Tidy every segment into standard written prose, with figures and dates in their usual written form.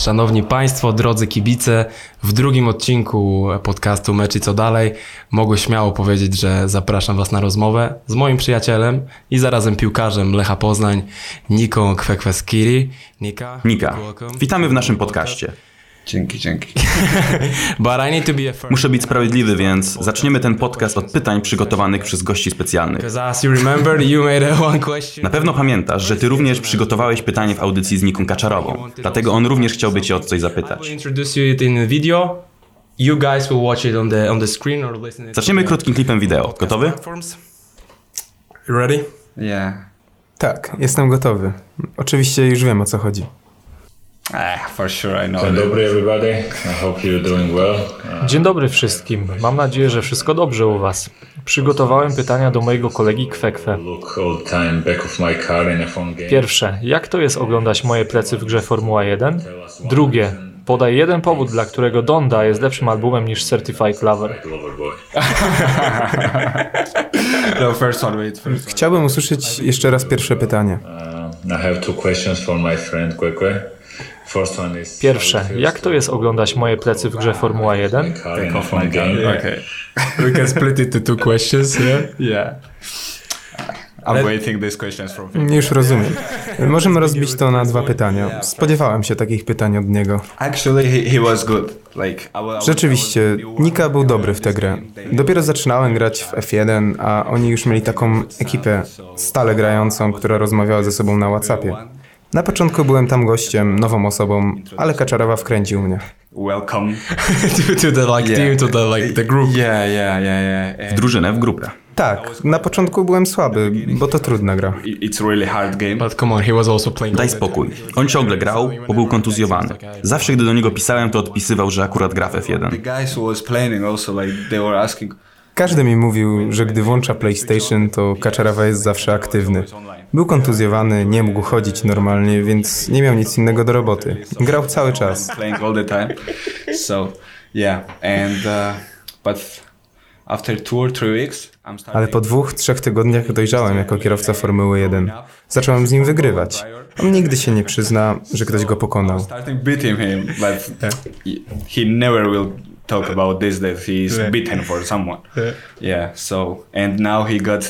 Szanowni Państwo, drodzy kibice, w drugim odcinku podcastu Mecz i co dalej mogę śmiało powiedzieć, że zapraszam Was na rozmowę z moim przyjacielem i zarazem piłkarzem Lecha Poznań, Niką Kwekweskiri. Nika, witamy w naszym podcaście. Dzięki. Muszę być sprawiedliwy, więc zaczniemy ten podcast od pytań przygotowanych przez gości specjalnych. Na pewno pamiętasz, że ty również przygotowałeś pytanie w audycji z Niką Kaczarową, dlatego on również chciałby cię o coś zapytać. Zaczniemy krótkim klipem wideo. Gotowy? Ready? Yeah. Tak, jestem gotowy. Oczywiście już wiem, o co chodzi. For sure I know. Dzień dobry everybody. I hope you're doing well. Dzień dobry wszystkim. Mam nadzieję, że wszystko dobrze u Was. Przygotowałem pytania do mojego kolegi Kwekwe. Pierwsze, jak to jest oglądać moje plecy w grze Formuła 1? Drugie, podaj jeden powód, dla którego Donda jest lepszym albumem niż Certified Lover. Chciałbym usłyszeć jeszcze raz pierwsze pytanie. I have two questions for my friend Kwekwe. Pierwsze, jak to jest oglądać moje plecy w grze Formuła 1? Okay. We can split it to two questions, Yeah. I'm waiting these questions from him. Już rozumiem. Możemy rozbić to na dwa pytania. Spodziewałem się takich pytań od niego. Actually, he was good. Rzeczywiście, Nika był dobry w tę grę. Dopiero zaczynałem grać w F1, a oni już mieli taką ekipę stale grającą, która rozmawiała ze sobą na WhatsAppie. Na początku byłem tam gościem, nową osobą, ale Kaczarowa wkręcił mnie. Welcome to the group. Yeah. W drużynę, w grupę. Tak, na początku byłem słaby, bo to trudna gra. It's really hard game. But come on, he was also playing. Daj spokój. On ciągle grał, bo był kontuzjowany. Zawsze, gdy do niego pisałem, to odpisywał, że akurat gra w F1. The guys who was playing also they were asking. Każdy mi mówił, że gdy włącza PlayStation, to Kaczarowa jest zawsze aktywny. Był kontuzjowany, nie mógł chodzić normalnie, więc nie miał nic innego do roboty. Grał cały czas. Playing all the time. So, yeah. And but after 2 or 3 weeks, Ale po 2-3 tygodniach dojrzałem jako kierowca Formuły 1. Zacząłem z nim wygrywać. On nigdy się nie przyzna, że ktoś go pokonał. Starting beating him, but he never will talk about this, that he is beaten for someone. Yeah, so and now he got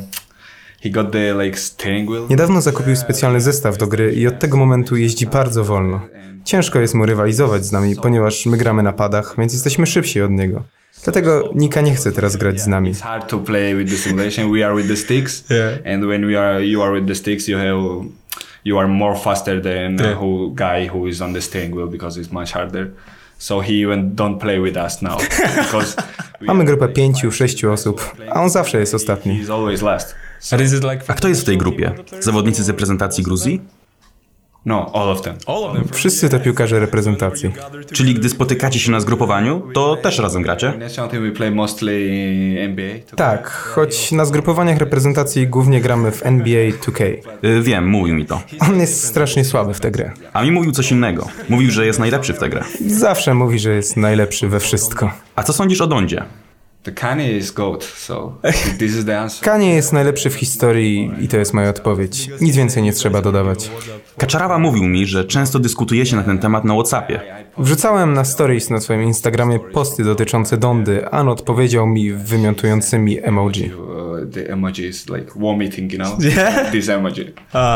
the like steering wheel. Niedawno zakupił specjalny zestaw do gry i od tego momentu jeździ bardzo wolno. Ciężko jest mu rywalizować z nami, ponieważ my gramy na padach, więc jesteśmy szybsi od niego. Dlatego Nika nie chce teraz grać z nami. It's hard to play with the simulation. We are with the sticks, and when you are with the sticks, you are more faster than the guy who is on the steering wheel because it's much harder. So he even don't play with us now because Mamy grupę 5-6 osób, a on zawsze jest ostatni. he's always last. A kto jest w tej grupie? Zawodnicy z reprezentacji Gruzji? No, all of them. Wszyscy to piłkarze reprezentacji. Czyli gdy spotykacie się na zgrupowaniu, to też razem gracie? National team we play mostly NBA. Tak, choć na zgrupowaniach reprezentacji głównie gramy w NBA 2K. Wiem, mówił mi to. On jest strasznie słaby w tę grę. A mi mówił coś innego. Mówił, że jest najlepszy w tę grę. Zawsze mówi, że jest najlepszy we wszystko. A co sądzisz o Dondzie? The Kanye is GOAT, so this is the answer. Kanie jest najlepszy w historii i to jest moja odpowiedź. Nic więcej nie trzeba dodawać. Kaczarawa mówił mi, że często dyskutujecie na ten temat na WhatsAppie. Wrzucałem na stories na swoim Instagramie posty dotyczące Dondy, a on odpowiedział mi wymiotującymi emoji. The emoji is like vomiting, you know? This emoji.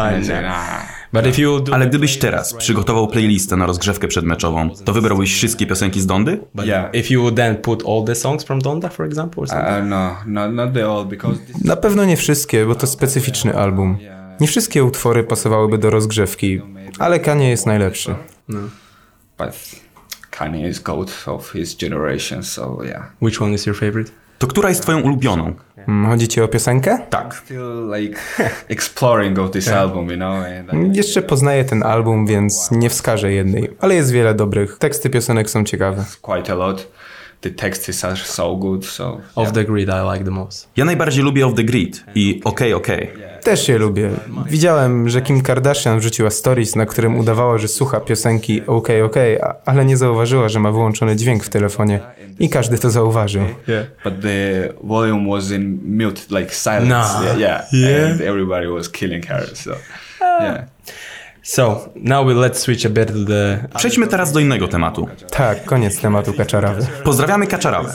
Ale gdybyś teraz przygotował playlistę na rozgrzewkę przedmeczową, to wybrałbyś wszystkie piosenki z Dondy? Yeah. If you would then put all the songs from Donda, for example, or something? No, not the all because Na pewno nie wszystkie, bo to specyficzny album. Nie wszystkie utwory pasowałyby do rozgrzewki, ale Kanye jest najlepszy. but Kanye is GOAT of his generation, so yeah. Which one is your favorite? To która jest twoją ulubioną? Chodzi ci o piosenkę? Tak. Still like exploring of this album, you know? And Jeszcze poznaję ten album, więc nie wskażę jednej, ale jest wiele dobrych. Teksty piosenek są ciekawe. quite a lot. The texts are so good, so Of the Grid I like the most. Ja najbardziej lubię Off the Grid i OK. Też je lubię. Widziałem, że Kim Kardashian wrzuciła stories, na którym udawała, że słucha piosenki OK, ale nie zauważyła, że ma wyłączony dźwięk w telefonie. I każdy to zauważył. but the volume was in mute, like silence. Nah. Yeah. And everybody was killing her. So yeah. So, now let's switch a bit to the... Przejdźmy teraz do innego tematu. Tak, koniec tematu Kaczarawy. Pozdrawiamy Kaczarawę.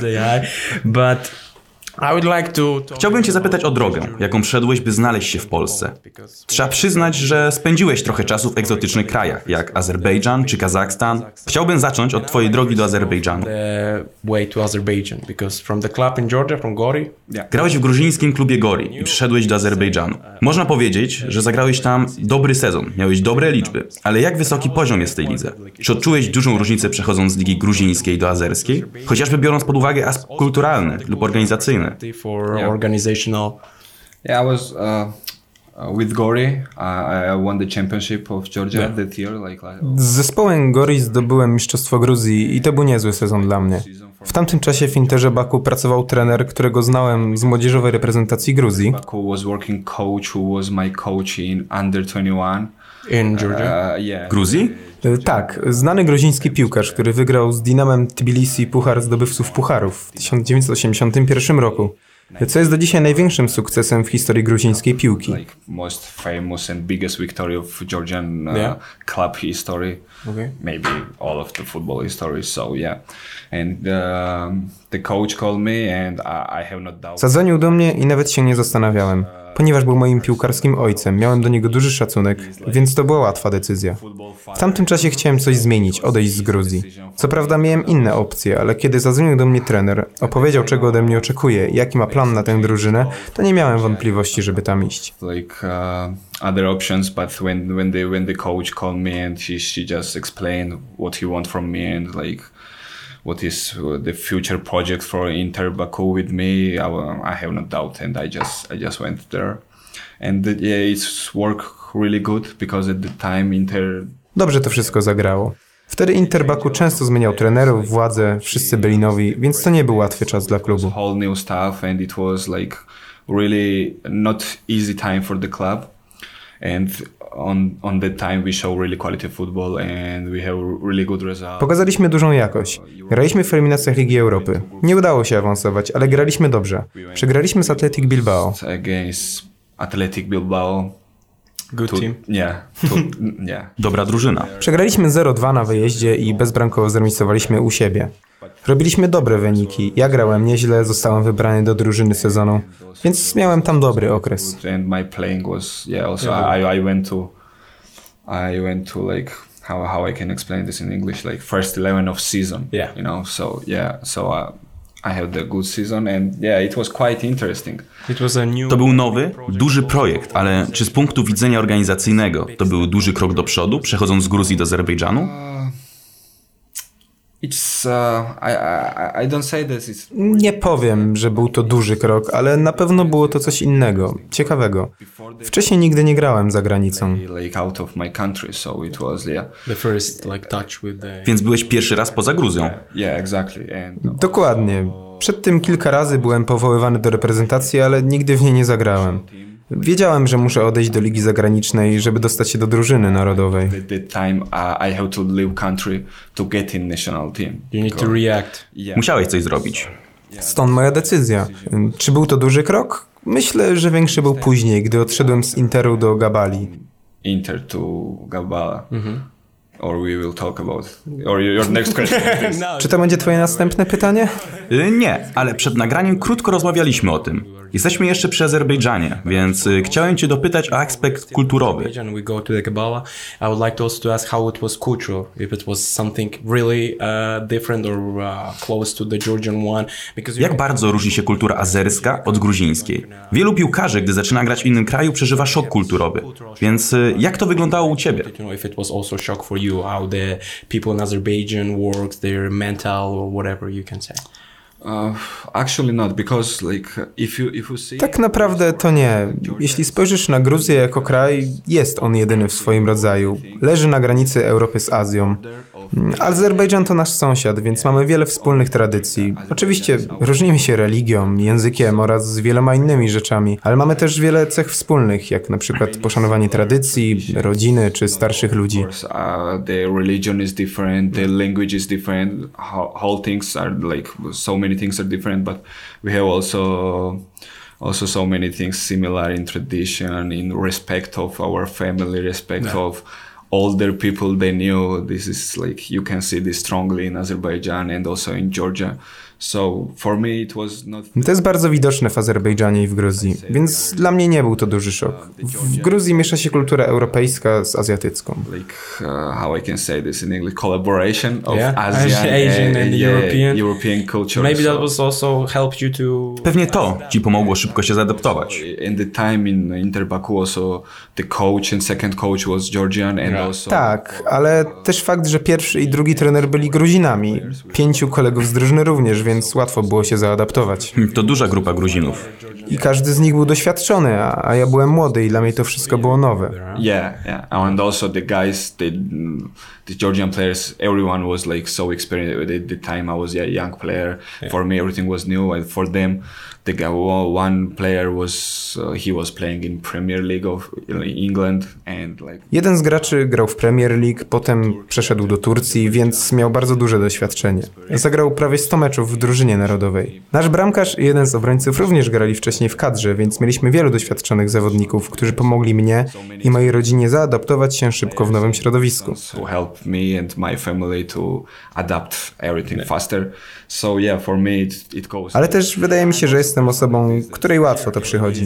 But I would like to... Chciałbym cię zapytać o drogę, jaką przeszedłeś, by znaleźć się w Polsce. Trzeba przyznać, że spędziłeś trochę czasu w egzotycznych krajach, jak Azerbejdżan czy Kazachstan. Chciałbym zacząć od twojej drogi do Azerbejdżanu. The way to Azerbaijan, because from the club in Georgia, from Gori, Grałeś w gruzińskim klubie Gori i przyszedłeś do Azerbejdżanu. Można powiedzieć, że zagrałeś tam dobry sezon, miałeś dobre liczby. Ale jak wysoki poziom jest w tej lidze? Czy odczułeś dużą różnicę przechodząc z ligi gruzińskiej do azerskiej? Chociażby biorąc pod uwagę aspekt kulturalny lub organizacyjny. for organizational. Yeah, I was with Gori. I won the championship of Georgia that year. Z zespołem Gori zdobyłem mistrzostwo Gruzji i to był niezły sezon dla mnie. W tamtym czasie w Interze Baku pracował trener, którego znałem z młodzieżowej reprezentacji Gruzji. Baku was working coach who was my coach in under 21. In Georgia? Yeah. Gruzji? Tak, znany gruziński piłkarz, który wygrał z Dinamem Tbilisi Puchar Zdobywców Pucharów w 1981 roku, co jest do dzisiaj największym sukcesem w historii gruzińskiej piłki. Like most famous and biggest victory of Georgian club history. Okay. Maybe all of the football history. So yeah, and the coach called me, and I have no doubt. Zadzwonił do mnie i nawet się nie zastanawiałem. Ponieważ był moim piłkarskim ojcem, miałem do niego duży szacunek, więc to była łatwa decyzja. W tamtym czasie chciałem coś zmienić, odejść z Gruzji. Co prawda miałem inne opcje, ale kiedy zadzwonił do mnie trener, opowiedział, czego ode mnie oczekuje, jaki ma plan na tę drużynę, to nie miałem wątpliwości, żeby tam iść. Like other options, but when the coach called me and she just explained what he want from me and like what is the future project for Inter Baku with me, I have no doubt, and I just went there, and it's worked really good because at the time Inter. Dobrze to wszystko zagrało. Wtedy Inter Baku często zmieniał trenerów, władze, wszyscy byli nowi, więc to nie był łatwy czas dla klubu. Whole new stuff, and it was like really not easy time for the club, and on that time we show really quality football and we have really good results. Pokazaliśmy dużą jakość. Graliśmy w eliminacjach Ligi Europy. Nie udało się awansować, ale graliśmy dobrze. Przegraliśmy z Athletic Bilbao. Against Athletic Bilbao. Good team. Yeah. Dobra drużyna. Przegraliśmy 0-2 na wyjeździe i bezbramkowo zremisowaliśmy u siebie. Robiliśmy dobre wyniki. Ja grałem nieźle, zostałem wybrany do drużyny sezonu, więc miałem tam dobry okres. And my playing was also I went to like how I can explain this in English, like first 11 of season. Yeah. You know, so I had the good season and it was quite interesting. It was a new... To był nowy, duży projekt, ale czy z punktu widzenia organizacyjnego to był duży krok do przodu, przechodząc z Gruzji do Azerbejdżanu? It's I don't say that it's. Nie powiem, że był to duży krok, ale na pewno było to coś innego, ciekawego. Wcześniej nigdy nie grałem za granicą. Like out of my country, so it was The first like touch with the... Więc byłeś pierwszy raz poza Gruzją. Yeah, exactly. And Dokładnie. Przed tym kilka razy byłem powoływany do reprezentacji, ale nigdy w niej nie zagrałem. Wiedziałem, że muszę odejść do ligi zagranicznej, żeby dostać się do drużyny narodowej. at that time I have to leave country to get in national team. You need to react. Yeah. Musiałeś coś zrobić. Stąd moja decyzja. Czy był to duży krok? Myślę, że większy był później, gdy odszedłem z Interu do Gabali. Inter to Gabala. Or we will talk about or your next question. please. Czy to będzie twoje następne pytanie? Nie, ale przed nagraniem krótko rozmawialiśmy o tym. Jesteśmy jeszcze przy Azerbejdżanie, więc chciałem cię dopytać o aspekt kulturowy. We go to the Kabbalah. I would like to also to ask how it was cultural, if it was something really different or close to the Georgian one. Because Jak bardzo różni się kultura azerska od gruzińskiej? Wielu piłkarzy, gdy zaczyna grać w innym kraju, przeżywa szok kulturowy. Więc jak to wyglądało u ciebie? you know if it was also shock for you how the people in Azerbaijan works, their mental or whatever you can say. Actually not, because like if you see Tak naprawdę to nie. Jeśli spojrzysz na Gruzję jako kraj, jest on jedyny w swoim rodzaju. Leży na granicy Europy z Azją. Azerbejdżan to nasz sąsiad, więc mamy wiele wspólnych tradycji. Oczywiście różnimy się religią, językiem oraz z wieloma innymi rzeczami, ale mamy też wiele cech wspólnych, jak na przykład poszanowanie tradycji, rodziny czy starszych ludzi. the religion is different, the language is different, whole things are like so many things are different, but we have also so many things similar in tradition, in respect of our family, respect older people, they knew this is like, you can see this strongly in Azerbaijan and also in Georgia. So for me it was not... To jest bardzo widoczne w Azerbejdżanie i w Gruzji, więc dla mnie nie był to duży szok. W Gruzji miesza się kultura europejska z azjatycką. Like how I can say this in English, collaboration of Asian and European culture. Maybe that was also helped you to... Pewnie to ci pomogło szybko się zaadaptować. In the time in Inter Baku also the coach and second coach was Georgian and also... Tak, ale też fakt, że pierwszy i drugi trener byli Gruzinami. 5 kolegów z drużyny również, więc łatwo było się zaadaptować. To duża grupa Gruzinów. I każdy z nich był doświadczony, a ja byłem młody i dla mnie to wszystko było nowe. Yeah. And also the guys, the Georgian players, everyone was like so experienced. At the time I was a young player. For me everything was new, and for them, the guy, one player was he was playing in Premier League of England and like... Jeden z graczy grał w Premier League, potem przeszedł do Turcji, więc miał bardzo duże doświadczenie. Zagrał prawie 100 meczów w drużynie narodowej. Nasz bramkarz i jeden z obrońców również grali wcześniej w kadrze, więc mieliśmy wielu doświadczonych zawodników, którzy pomogli mnie i mojej rodzinie zaadaptować się szybko w nowym środowisku. To help me and my family to adapt everything faster. So yeah, for me it goes... Ale też wydaje mi się, że jestem osobą, której łatwo to przychodzi.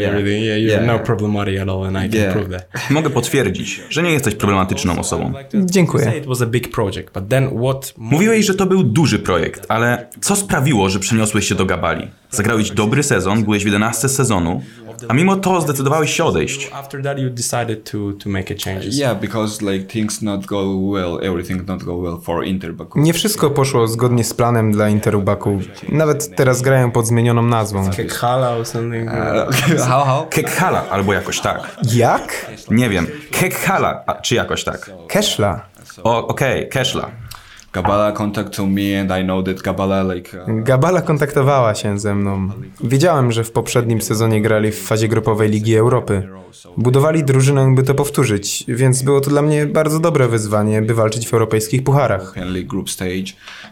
No problematic at all and I can prove that. Mogę potwierdzić, że nie jesteś problematyczną osobą. Dziękuję. It was a big project, but then what... Mówiłeś, że to był duży projekt, ale co sprawiło, że przeniosłeś się do Gabali? Zagrałeś dobry sezon, byłeś w 11 sezonu, a mimo to zdecydowałeś się odejść. After that you decided to make a changes. Yeah, because like things not go well, everything not go well for Inter Baku. Nie wszystko poszło zgodnie z planem dla Interu Baku. Nawet teraz grają pod zmienioną nazwą. Kekhala or something. How? Kekhala, albo jakoś tak. Jak? Nie wiem, Kekhala, czy jakoś tak. Keszla. Okej, Keszla. Gabala contacted me and I know that Gabala like... Gabala kontaktowała się ze mną. Wiedziałem, że w poprzednim sezonie grali w fazie grupowej Ligi Europy. Budowali drużynę, by to powtórzyć, więc było to dla mnie bardzo dobre wyzwanie, by walczyć w europejskich pucharach. League group stage,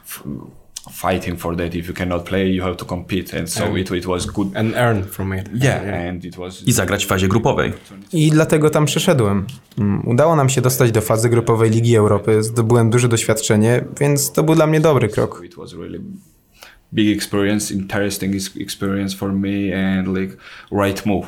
fighting for that. If you cannot play, you have to compete, and so it was good. And earn from it. Yeah, and it was... I zagrać w fazie grupowej. I dlatego tam przeszedłem. Udało nam się dostać do fazy grupowej Ligi Europy, zdobyłem duże doświadczenie, więc to był dla mnie dobry krok. It was really big experience, interesting experience for me, and like right move.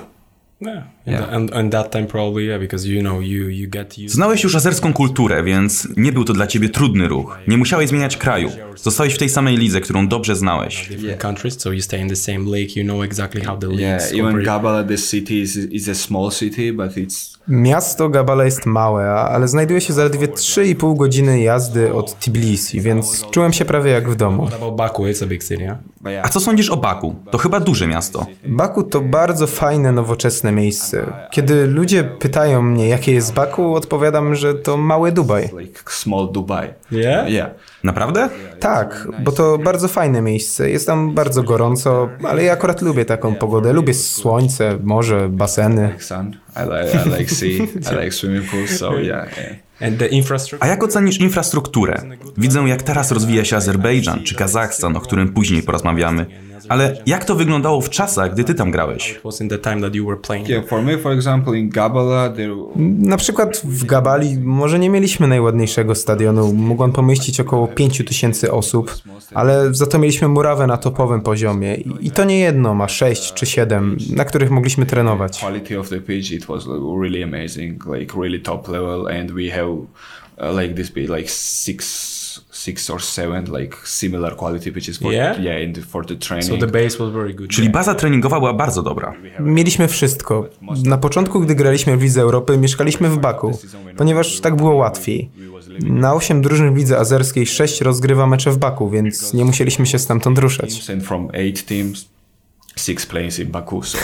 And that time probably, because you know you get used. Znałeś już azerską kulturę, więc nie był to dla ciebie trudny ruch. Nie musiałeś zmieniać kraju. Zostałeś w tej samej lidze, którą dobrze znałeś. Different countries, so you stay in the same league, you know exactly how the leagues even operate. Gabala, the city is a small city, but it's... Miasto Gabala jest małe, ale znajduje się zaledwie 3,5 godziny jazdy od Tbilisi, więc czułem się prawie jak w domu. What about Baku? It's a big city, yeah? A co sądzisz o Baku? To chyba duże miasto. Baku to bardzo fajne, nowoczesne miejsce. Kiedy ludzie pytają mnie, jakie jest Baku, odpowiadam, że to mały Dubaj. like small Dubai. Yeah? Yeah. Naprawdę? Tak, bo to bardzo fajne miejsce. Jest tam bardzo gorąco, ale ja akurat lubię taką pogodę. Lubię słońce, morze, baseny. Like sun. I like sea. I like swimming pools. So yeah. And the infrastructure? A jak ocenisz infrastrukturę? Widzę, jak teraz rozwija się Azerbejdżan czy Kazachstan, o którym później porozmawiamy. Ale jak to wyglądało w czasach, gdy ty tam grałeś? It was in the time that you were playing. Yeah, for me, for example, in Gabala, there... Na przykład w Gabali może nie mieliśmy najładniejszego stadionu. Mógł on pomieścić około 5000 osób, ale za to mieliśmy murawę na topowym poziomie. I to nie jedno, a 6 czy 7, na których mogliśmy trenować. quality of the pitch, it was really amazing, like really top level, and we have like this be like six or seven like similar quality pitches for for the training. So the base was very good. Czyli baza treningowa była bardzo dobra. Mieliśmy wszystko. Na początku, gdy graliśmy w Lidze Europy, mieszkaliśmy w Baku, ponieważ tak było łatwiej. Na 8 drużyn w Lidze Azerskiej 6 rozgrywa mecze w Baku, więc nie musieliśmy się stamtąd ruszać. And from 8 teams, 6 plays in Baku, so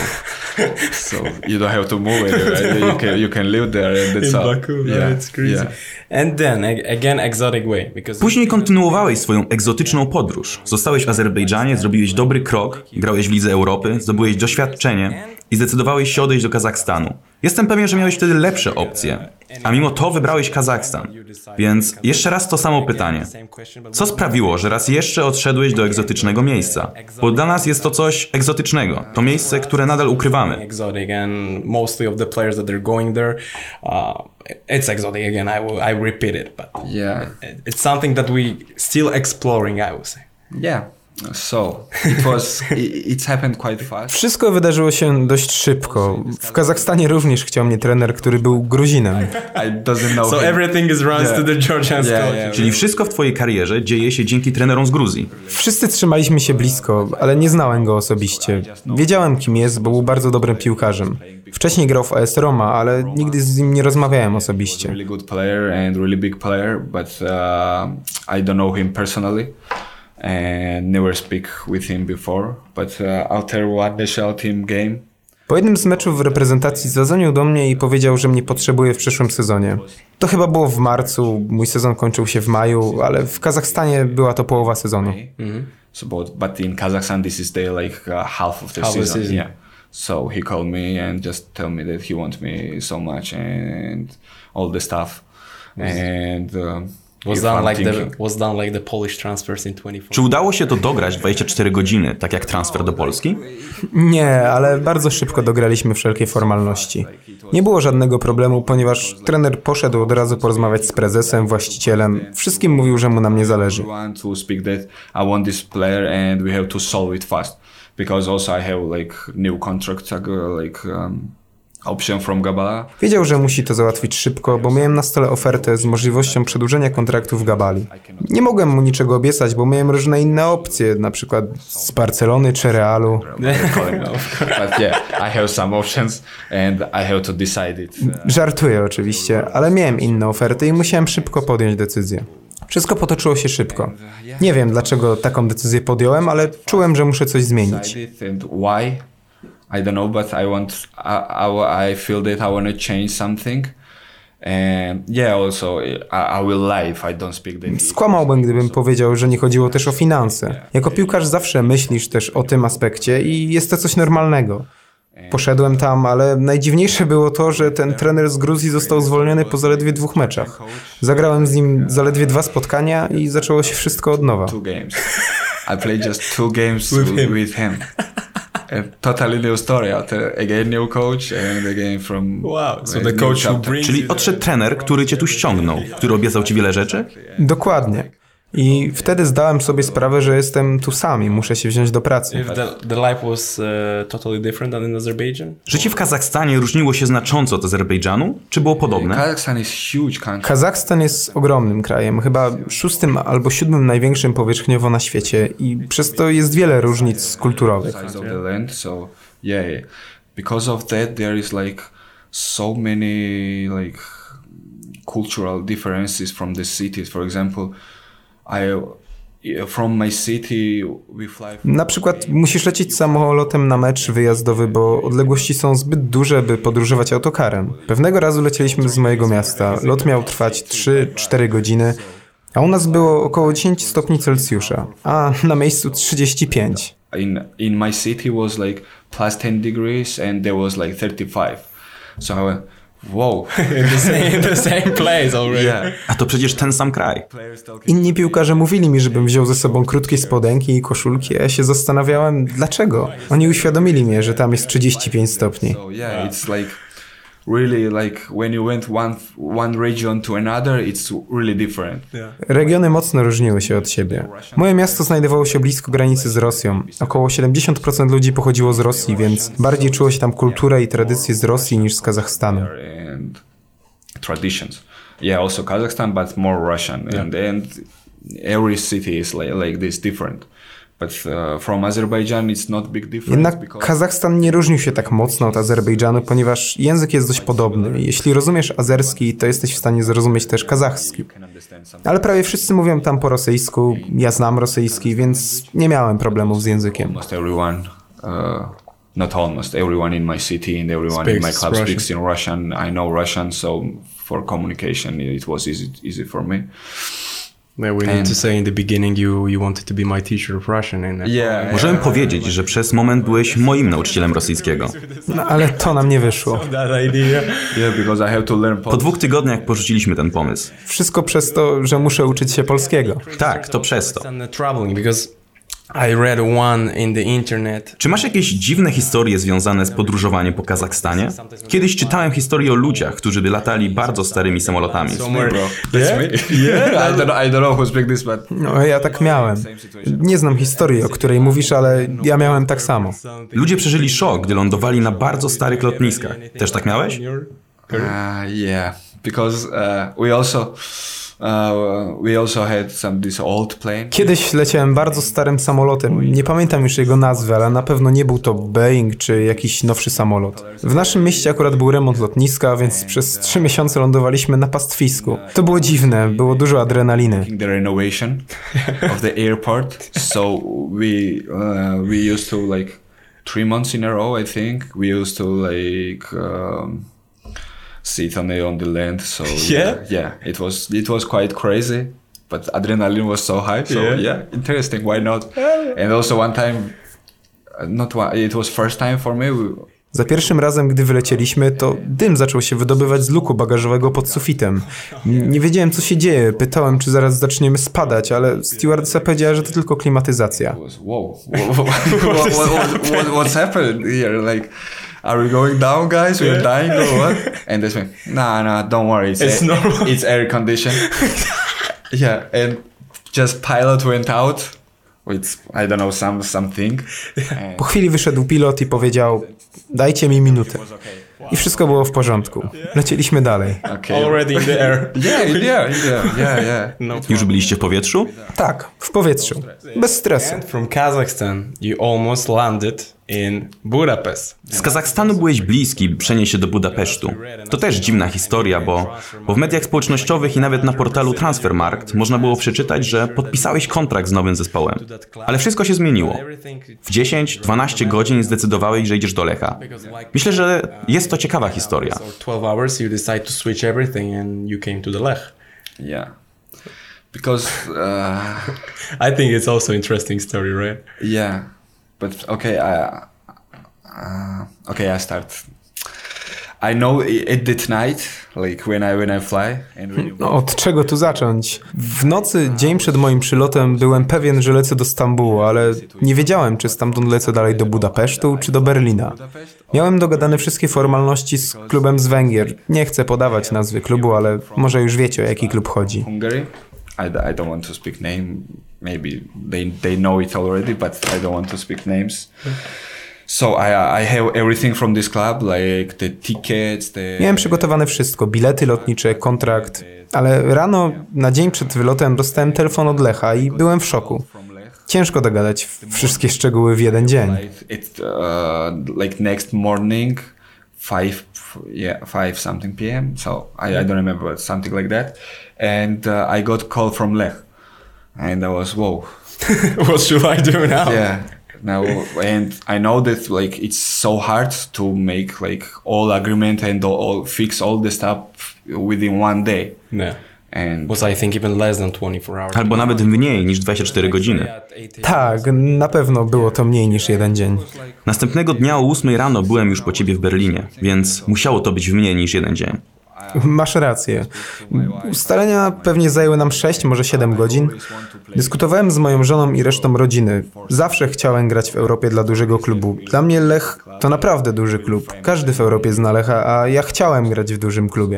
you don't have to move it. You can live there, and that's all. Baku, it's crazy. Yeah. And then again exotic way, because Później kontynuowałeś swoją egzotyczną podróż. Zostałeś w Azerbejdżanie, zrobiłeś dobry krok, grałeś w Lidze Europy, zdobyłeś doświadczenie i zdecydowałeś się odejść do Kazachstanu. Jestem pewien, że miałeś wtedy lepsze opcje. A mimo to wybrałeś Kazachstan. Więc jeszcze raz to samo pytanie. Co sprawiło, że raz jeszcze odszedłeś do egzotycznego miejsca? Bo dla nas jest to coś egzotycznego. To miejsce, które nadal ukrywamy. Exotic, and mostly of the players that they're going there, it's exotic again. I repeat it, but Yeah. it's something that we still exploring, I would say. Yeah. So it's happened quite fast. Wszystko wydarzyło się dość szybko. W Kazachstanie również chciał mnie trener, który był Gruzinem. I doesn't know So him. everything is runs to the Georgian school. Czyli wszystko w twojej karierze dzieje się dzięki trenerom z Gruzji. Wszyscy trzymaliśmy się blisko, ale nie znałem go osobiście. Wiedziałem, kim jest, bo był bardzo dobrym piłkarzem. Wcześniej grał w AS Roma, ale nigdy z nim nie rozmawiałem osobiście. Really good player and really big player, but I don't know him personally. And never speak with him before, but after one national team game. Po jednym z meczów w reprezentacji zadzwonił do mnie i powiedział, że mnie potrzebuje w przyszłym sezonie. To chyba było w marcu, mój sezon kończył się w maju, ale w Kazachstanie była to połowa sezonu. So, but in Kazakhstan, this is the half of the season. Yeah. So he called me and just tell me that he wants me so much and all the stuff. And Was done like the Polish transfers in 24. Czy udało się to dograć 24 godziny, tak jak transfer do Polski? Nie, ale bardzo szybko dograliśmy wszelkie formalności. Nie było żadnego problemu, ponieważ trener poszedł od razu porozmawiać z prezesem, właścicielem. Wszystkim mówił, że mu na mnie zależy. to speak that I want this player and we have to solve it fast because also I have new contract option from Gabala. Wiedział, że musi to załatwić szybko, bo miałem na stole ofertę z możliwością przedłużenia kontraktu w Gabali. Nie mogłem mu niczego obiecać, bo miałem różne inne opcje, na przykład z Barcelony czy Realu. But yeah, I have some options and I have to decide it. Żartuję oczywiście, ale miałem inne oferty i musiałem szybko podjąć decyzję. Wszystko potoczyło się szybko. Nie wiem, dlaczego taką decyzję podjąłem, ale czułem, że muszę coś zmienić. And why? I don't know, but I feel that I want to change something. And yeah, also I will lie if I don't speak the... Skłamałbym, gdybym powiedział, że nie chodziło też o finanse. Jako piłkarz zawsze myślisz też o tym aspekcie i jest to coś normalnego. Poszedłem tam, ale najdziwniejsze było to, że ten trener z Gruzji został zwolniony po zaledwie 2 meczach. Zagrałem z nim zaledwie 2 spotkania i zaczęło się wszystko od nowa. 2 games. I played just 2 games with him. Totally new story. Again new coach and again from... Wow, so the coach who brings... Czyli odszedł trener, który cię tu ściągnął, który obiecał ci wiele rzeczy? Dokładnie. I wtedy zdałem sobie sprawę, że jestem tu sam i muszę się wziąć do pracy. If the life was totally different than in Azerbaijan? Życie w Kazachstanie różniło się znacząco od Azerbejdżanu? Czy było podobne? Kazakhstan is huge country. Kazachstan jest ogromnym krajem, chyba 6. albo 7. największym powierzchniowo na świecie i przez to jest wiele różnic kulturowych. Size of the land, so yeah, because of that there is so many cultural differences from the cities. For example, from my city we fly... Na przykład musisz lecieć samolotem na mecz wyjazdowy, bo odległości są zbyt duże, by podróżować autokarem. Pewnego razu lecieliśmy z mojego miasta. Lot miał trwać 3-4 godziny, a u nas było około 10 stopni Celsjusza, a na miejscu 35. In my city was plus 10 degrees and there was 35. So I went, wow. in the same place already. Yeah. A to przecież ten sam kraj. Inni piłkarze mówili mi, żebym wziął ze sobą krótkie spodenki i koszulki, a ja się zastanawiałem, dlaczego. Oni uświadomili mnie, że tam jest 35 stopni. So yeah, it's really when you went one region to another, it's really different. Regiony mocno różniły się od siebie. Moje miasto znajdowało się blisko granicy z Rosją. Około 70% ludzi pochodziło z Rosji, więc bardziej czuło się tam kulturę i tradycje z Rosji niż z Kazachstanu. And traditions. Yeah, also Kazakhstan, but more Russian. Yeah. And every city is like this different. But from Azerbaijan it's not big difference. Jednak Kazachstan nie różnił się tak mocno od Azerbejdżanu, ponieważ język jest dość podobny. Jeśli rozumiesz azerski, to jesteś w stanie zrozumieć też kazachski. Ale prawie wszyscy mówią tam po rosyjsku, ja znam rosyjski, więc nie miałem problemów z językiem. Almost everyone, not almost everyone in my city and everyone in my club speaks in Russian. I know Russian, so for communication it was easy for me. Yeah, we need to say in the beginning you wanted to be my teacher of Russian. And Możemy powiedzieć, że przez moment byłeś moim nauczycielem rosyjskiego. No ale to nam nie wyszło. Yeah, because I have to learn Po Polish. 2 tygodniach porzuciliśmy ten pomysł. Wszystko przez to, że muszę uczyć się polskiego. Tak, to przez to. Traveling because I read one in the internet. Czy masz jakieś dziwne historie związane z podróżowaniem po Kazachstanie? Kiedyś czytałem historię o ludziach, którzy by latali bardzo starymi samolotami. That's me. Yeah. I don't know who speak this, but No ja tak miałem. Nie znam historii, o której mówisz, ale ja miałem tak samo. Ludzie przeżyli szok, gdy lądowali na bardzo starych lotniskach. Też tak miałeś? yeah, because we also had this old plane. Kiedyś leciałem bardzo starym samolotem. Nie pamiętam już jego nazwy, ale na pewno nie był to Boeing czy jakiś nowszy samolot. W naszym mieście akurat był remont lotniska, więc przez 3 miesiące lądowaliśmy na pastwisku. To było dziwne, było dużo adrenaliny. The renovation of the airport. So we used to 3 months in a row, I think. We used to sit on the land. So yeah, it was quite crazy, but adrenaline was so high. So yeah, interesting. Why not? And also one time, it was first time for me. Za pierwszym razem, gdy wylecieliśmy, to dym zaczął się wydobywać z luku bagażowego pod sufitem. Nie wiedziałem, co się dzieje. Pytałem, czy zaraz zaczniemy spadać, ale stewardessa powiedziała, że to tylko klimatyzacja. What's happened here? Are we going down, guys? We are dying or what? And they went, nah, don't worry. It's air conditioned. Yeah, and just pilot went out with, I don't know, something. Po chwili wyszedł pilot i powiedział, dajcie mi minutę. I wszystko było w porządku. Lecieliśmy dalej. Okay. Already in the air. Yeah. Już byliście w powietrzu? Tak, w powietrzu. Bez stresu. From Kazakhstan, you almost landed in Budapest. Z Kazachstanu byłeś bliski przenieść się do Budapesztu. To też dziwna historia, bo w mediach społecznościowych i nawet na portalu Transfermarkt można było przeczytać, że podpisałeś kontrakt z nowym zespołem. Ale wszystko się zmieniło. W 10-12 godzin zdecydowałeś, że idziesz do Lecha. Myślę, że jest to ciekawa historia. So 12 hours you decide to switch everything and you came to the Lech. Yeah. Because I think it's also interesting story, right? yeah, but okay, I start. I know at that night, when I fly and when you No, od czego tu zacząć? W nocy, dzień przed moim przylotem, byłem pewien, że lecę do Stambułu, ale nie wiedziałem, czy stamtąd lecę dalej do Budapesztu, czy do Berlina. Miałem dogadane wszystkie formalności z klubem z Węgier. Nie chcę podawać nazwy klubu, ale może już wiecie, o jaki klub chodzi. Hungary. I don't want to speak name. Maybe they know it already, but I don't want to speak names. So I have everything from this club, like the tickets, Miałem przygotowane wszystko, bilety lotnicze, kontrakt, ale rano, na dzień przed wylotem, dostałem telefon od Lecha i byłem w szoku. Ciężko dogadać wszystkie szczegóły w jeden dzień. Like next morning, 5 something p.m. So I don't remember, but something like that. And I got call from Lech, and I was whoa. What should I do now? Yeah. Now, and I know that it's so hard to make all agreement and all fix all the stuff within one day. No. And Was I think even less than 24 hours? Albo nawet mniej niż 24 godziny. Tak, na pewno było to mniej niż jeden dzień. Następnego dnia o 8 rano byłem już po ciebie w Berlinie, więc musiało to być mniej niż jeden dzień. Masz rację. Ustalenia pewnie zajęły nam 6, może 7 godzin. Dyskutowałem z moją żoną i resztą rodziny. Zawsze chciałem grać w Europie dla dużego klubu. Dla mnie Lech to naprawdę duży klub. Każdy w Europie zna Lecha, a ja chciałem grać w dużym klubie.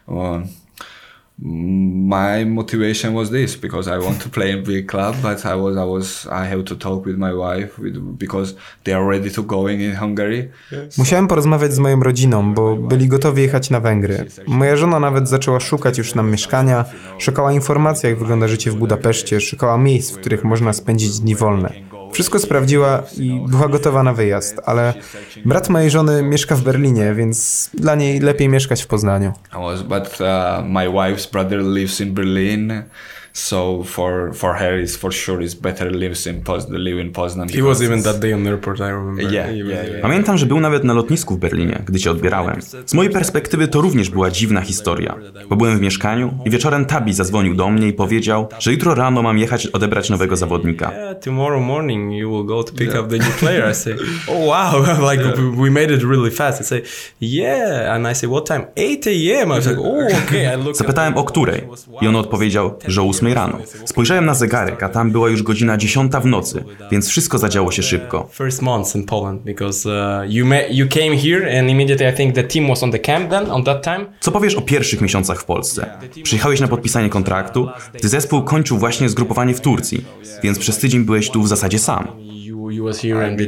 my motivation was this, because I want to play in a big club, but I have to talk with my wife because they are ready to going in Hungary. Musiałem porozmawiać z moją rodziną, bo byli gotowi jechać na Węgry. Moja żona nawet zaczęła szukać już nam mieszkania, szukała informacji, jak wygląda życie w Budapeszcie, szukała miejsc, w których można spędzić dni wolne. Wszystko sprawdziła i była gotowa na wyjazd, ale brat mojej żony mieszka w Berlinie, więc dla niej lepiej mieszkać w Poznaniu. But my wife's brother lives in Berlin, So for her, it's for sure it's better live in Poznan. He was even that day on the airport, I remember. Yeah. Pamiętam, że był nawet na lotnisku w Berlinie, gdy cię odbierałem. Z mojej perspektywy to również była dziwna historia, bo byłem w mieszkaniu i wieczorem Tabi zadzwonił do mnie i powiedział, że jutro rano mam jechać odebrać nowego zawodnika. Yeah, tomorrow morning you will go to pick up the new player. I say, oh wow, like we made it really fast. I say, yeah, and I say, what time? 8 a.m. I was like, oh, okay. I look Zapytałem o której i on odpowiedział, że o 8 rano. Spojrzałem na zegarek, a tam była już godzina 10 w nocy, więc wszystko zadziało się szybko. First months in Poland because you came here and immediately I think the team was on the camp then on that time. Co powiesz o pierwszych miesiącach w Polsce? Przyjechałeś na podpisanie kontraktu, gdy zespół kończył właśnie zgrupowanie w Turcji, więc przez tydzień byłeś tu w zasadzie sam. You was here and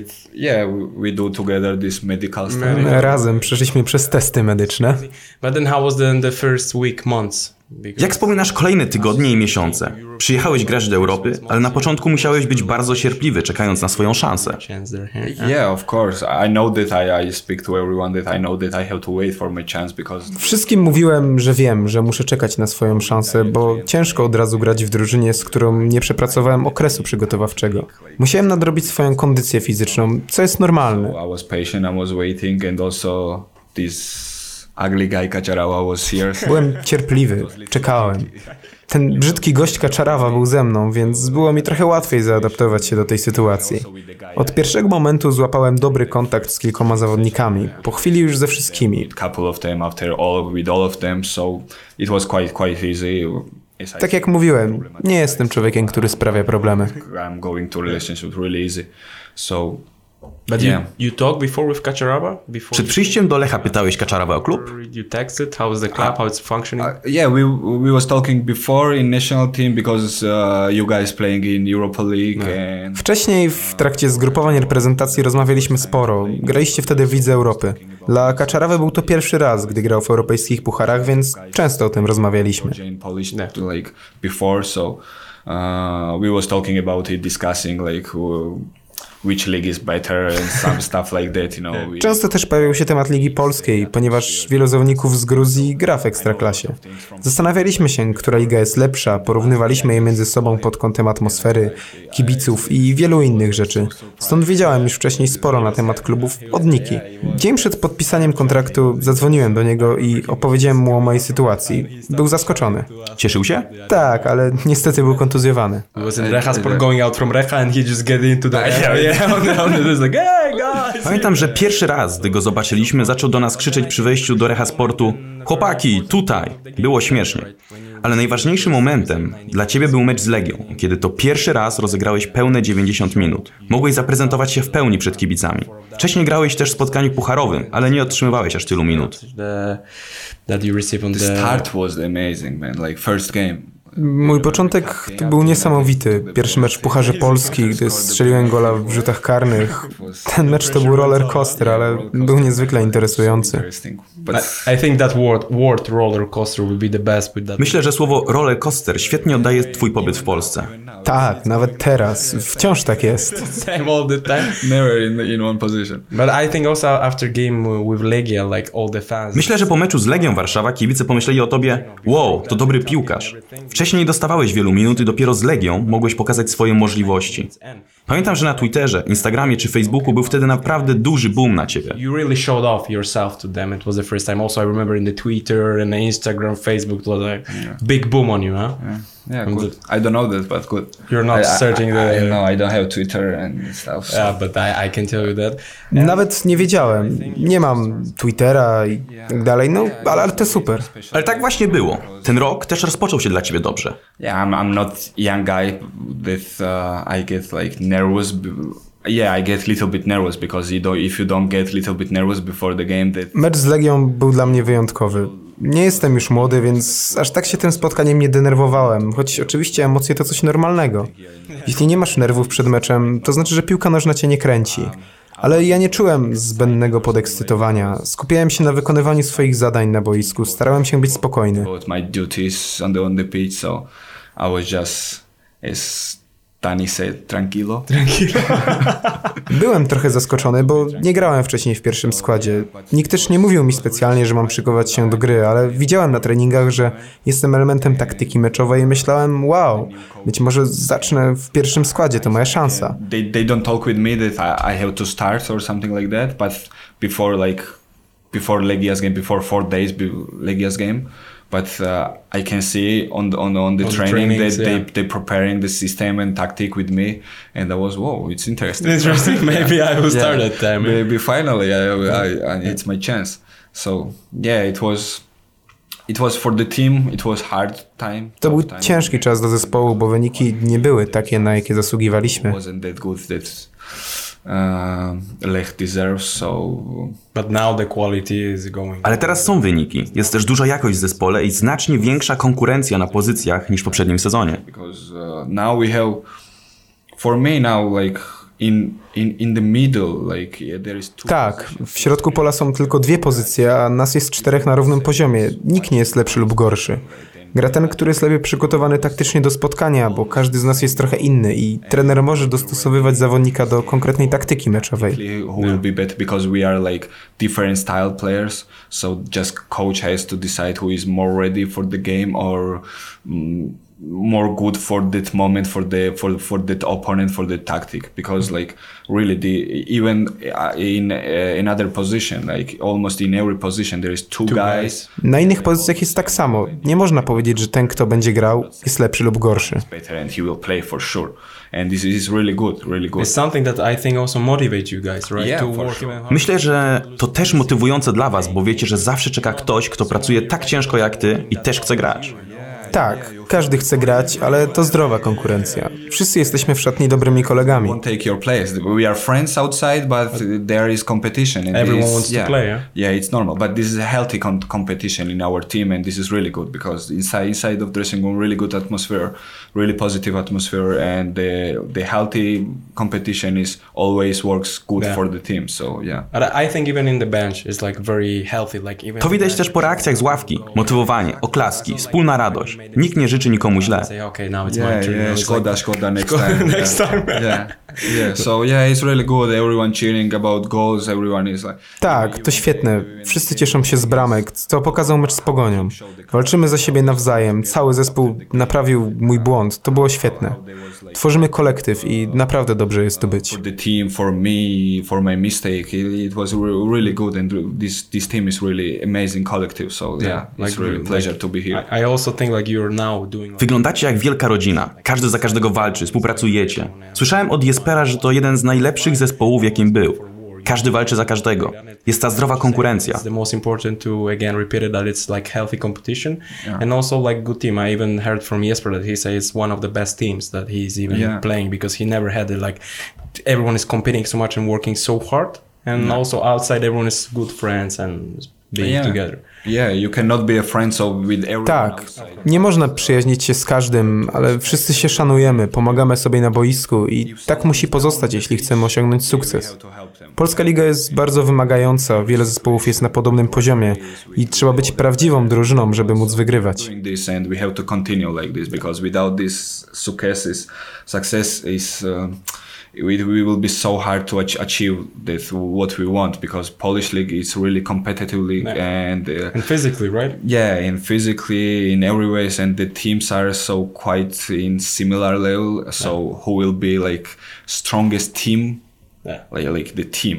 we do together this medical stuff. Razem przeszliśmy przez testy medyczne. But then how was the first week, months? Jak wspominasz kolejne tygodnie i miesiące? Przyjechałeś grać do Europy, ale na początku musiałeś być bardzo cierpliwy, czekając na swoją szansę. Yeah, of course. I know that I speak to everyone that I know that I have to wait for my chance because... Wszystkim mówiłem, że wiem, że muszę czekać na swoją szansę, bo ciężko od razu grać w drużynie, z którą nie przepracowałem okresu przygotowawczego. Musiałem nadrobić swoją kondycję fizyczną, co jest normalne. I was patient, I was waiting and also this ugly guy Kaczarawa was here. Byłem cierpliwy, czekałem. Ten brzydki gość Kaczarawa był ze mną, więc było mi trochę łatwiej zaadaptować się do tej sytuacji. Od pierwszego momentu złapałem dobry kontakt z kilkoma zawodnikami, po chwili już ze wszystkimi. Couple of them after with all of them, so it was quite easy. Tak jak mówiłem, nie jestem człowiekiem, który sprawia problemy. I'm going to relationship really easy. So But you talked before with Kaczaraba? Przed przyjściem do Lecha pytałeś Kaczarawa o klub? You texted? How is the club? How it's functioning? Yeah, we was talking before in national team because you guys playing in Europa League. And... Wcześniej w trakcie zgrupowań reprezentacji rozmawialiśmy sporo. Graliście wtedy w Lidze Europy. Dla Kaczarawy był to pierwszy raz, gdy grał w europejskich pucharach, więc często o tym rozmawialiśmy. Like before, so we was talking about it, discussing like which league is better and some stuff like that, you know. Często też pojawił się temat Ligi Polskiej, ponieważ wielu zawodników z Gruzji gra w Ekstraklasie. Zastanawialiśmy się, która liga jest lepsza, porównywaliśmy je między sobą pod kątem atmosfery, kibiców i wielu innych rzeczy. Stąd wiedziałem już wcześniej sporo na temat klubów od Niki. Dzień przed podpisaniem kontraktu zadzwoniłem do niego i opowiedziałem mu o mojej sytuacji. Był zaskoczony. Cieszył się? Tak, ale niestety był kontuzjowany. He was in Rechasport going out from Recha and he just get into the area. Pamiętam, że pierwszy raz, gdy go zobaczyliśmy, zaczął do nas krzyczeć przy wejściu do Rechasportu: chłopaki, tutaj! Było śmiesznie. Ale najważniejszym momentem dla ciebie był mecz z Legią, kiedy to pierwszy raz rozegrałeś pełne 90 minut. Mogłeś zaprezentować się w pełni przed kibicami. Wcześniej grałeś też w spotkaniu pucharowym, ale nie otrzymywałeś aż tylu minut. The start was amazing, man. Like first game. Mój początek to był niesamowity. Pierwszy mecz w Pucharze Polski, gdy strzeliłem gola w rzutach karnych. Ten mecz to był roller coaster, ale był niezwykle interesujący. I think that word roller coaster will be the best with that. Myślę, że słowo roller coaster świetnie oddaje twój pobyt w Polsce. Tak, nawet teraz. Wciąż tak jest. Same all the time. Never in one position. But I think also after game with Legia, like all the fans. Myślę, że po meczu z Legią Warszawa kibice pomyśleli o tobie: wow, to dobry piłkarz. Wcześniej nie dostawałeś wielu minut i dopiero z Legią mogłeś pokazać swoje możliwości. Pamiętam, że na Twitterze, Instagramie czy Facebooku był wtedy naprawdę duży boom na ciebie. You really showed off yourself to them. It was the first time. Also, I remember in the Twitter and the Instagram, Facebook, it was a big boom on you, huh? Yeah, good. I don't know that, but good. You're not searching the... No, I don't have Twitter and stuff. So. Yeah, but I can tell you that. Nawet nie wiedziałem. Nie mam Twittera i tak dalej, no, ale to super. Ale tak właśnie było. Ten rok też rozpoczął się dla ciebie dobrze. Yeah, I'm not young guy that I get like nervous. Yeah, I get little bit nervous because if you don't get little bit nervous before the game, that... Mecz z Legią był dla mnie wyjątkowy. Nie jestem już młody, więc aż tak się tym spotkaniem nie denerwowałem, choć oczywiście emocje to coś normalnego. Jeśli nie masz nerwów przed meczem, to znaczy, że piłka nożna cię nie kręci. Ale ja nie czułem zbędnego podekscytowania. Skupiałem się na wykonywaniu swoich zadań na boisku, starałem się być spokojny. My duties on the pitch, so I was just Tani said, tranquilo. Byłem trochę zaskoczony, bo nie grałem wcześniej w pierwszym składzie. Nikt też nie mówił mi specjalnie, że mam szykować się do gry, ale widziałem na treningach, że jestem elementem taktyki meczowej i myślałem, wow, być może zacznę w pierwszym składzie, to moja szansa. They don't talk with me that I have to start or something like that, but before Legia's game, before 4 days Legia's game, but I can see on the training that they preparing the system and tactic with me, and I was, whoa, it's interesting. Maybe I will start at time. Maybe finally it's my chance. So yeah, it was for the team, it was hard time. To był ciężki czas dla zespołu, bo wyniki nie były takie, na jakie zasługiwaliśmy. Wasn't that good that Lech deserves, so... But now the quality is going. Ale teraz są wyniki. Jest też duża jakość w zespole i znacznie większa konkurencja na pozycjach niż w poprzednim sezonie. Because now we have, for me now, like in the middle, like there is two. Tak, w środku pola są tylko 2 pozycje, a nas jest 4 na równym poziomie. Nikt nie jest lepszy lub gorszy. Gra ten, który jest lepiej przygotowany taktycznie do spotkania, bo każdy z nas jest trochę inny i trener może dostosowywać zawodnika do konkretnej taktyki meczowej. Who will be better because we are like different style players, so just coach has to decide who is more ready for the game or more good for that moment, for that opponent, for the tactic, because like really even in another position, like almost in every position there is two guys. Na innych pozycjach jest tak samo. Nie można powiedzieć, że ten, kto będzie grał, jest lepszy lub gorszy. Better and he will play for sure. And this is really good, really good. It's something that I think also motivates you guys, right? Yeah, to for work sure. even harder. Myślę, że to też motywujące dla was, bo wiecie, że zawsze czeka ktoś, kto pracuje tak ciężko jak ty i też chce grać. Tak, każdy chce grać, ale to zdrowa konkurencja. Wszyscy jesteśmy w szatni dobrymi kolegami. Won't take your place. We are friends outside, but there is competition. And Everyone this, wants to play, yeah? Yeah, it's normal. But this is a healthy competition in our team, and this is really good because inside of dressing room, really good atmosphere, really positive atmosphere, and the healthy competition is always works good for the team. So yeah. But I think even in the bench is like very healthy, like even. To widać też po reakcjach z ławki. Motywowanie, oklaski, wspólna radość. Nikt nie życzy nikomu źle. Say, okay, now it's my turn. Yeah, It's Skoda next time. Next time. Yeah. So yeah, it's really good. Everyone cheering about goals. Everyone is like. Tak, to świetne. Wszyscy cieszą się z bramek, co pokazał mecz z Pogonią. Walczymy za siebie nawzajem. Cały zespół naprawił mój błąd. To było świetne. Tworzymy kolektyw i naprawdę dobrze jest tu być. For the team, for me, for my mistake, it was really good, and this team is really amazing collective. So yeah, it's really a pleasure to be here. I also think like you're now doing. Wyglądacie jak wielka rodzina. Każdy za każdego walczy, współpracujecie. Słyszałem od Jespera, że to jeden z najlepszych zespołów, jakim był. Każdy walczy za każdego. Jest ta zdrowa konkurencja. It's the most important to again repeat it that it's like healthy competition and also like good team. I even heard from Jesper that he says it's one of the best teams that he's even playing because he never had it like everyone is competing so much and working so hard and also outside everyone is good friends and being together. Yeah, you cannot be a friend with everyone. Tak, nie można przyjaźnić się z każdym, ale wszyscy się szanujemy, pomagamy sobie na boisku i tak musi pozostać, jeśli chcemy osiągnąć sukces. Polska Liga jest bardzo wymagająca, wiele zespołów jest na podobnym poziomie i trzeba być prawdziwą drużyną, żeby móc wygrywać. And we have to continue like this because without this success is it will be so hard to achieve what we want because Polish league is really competitive league and physically, right? Yeah, and physically in every ways, and the teams are so quite in similar level. So who will be like strongest team? Like the team.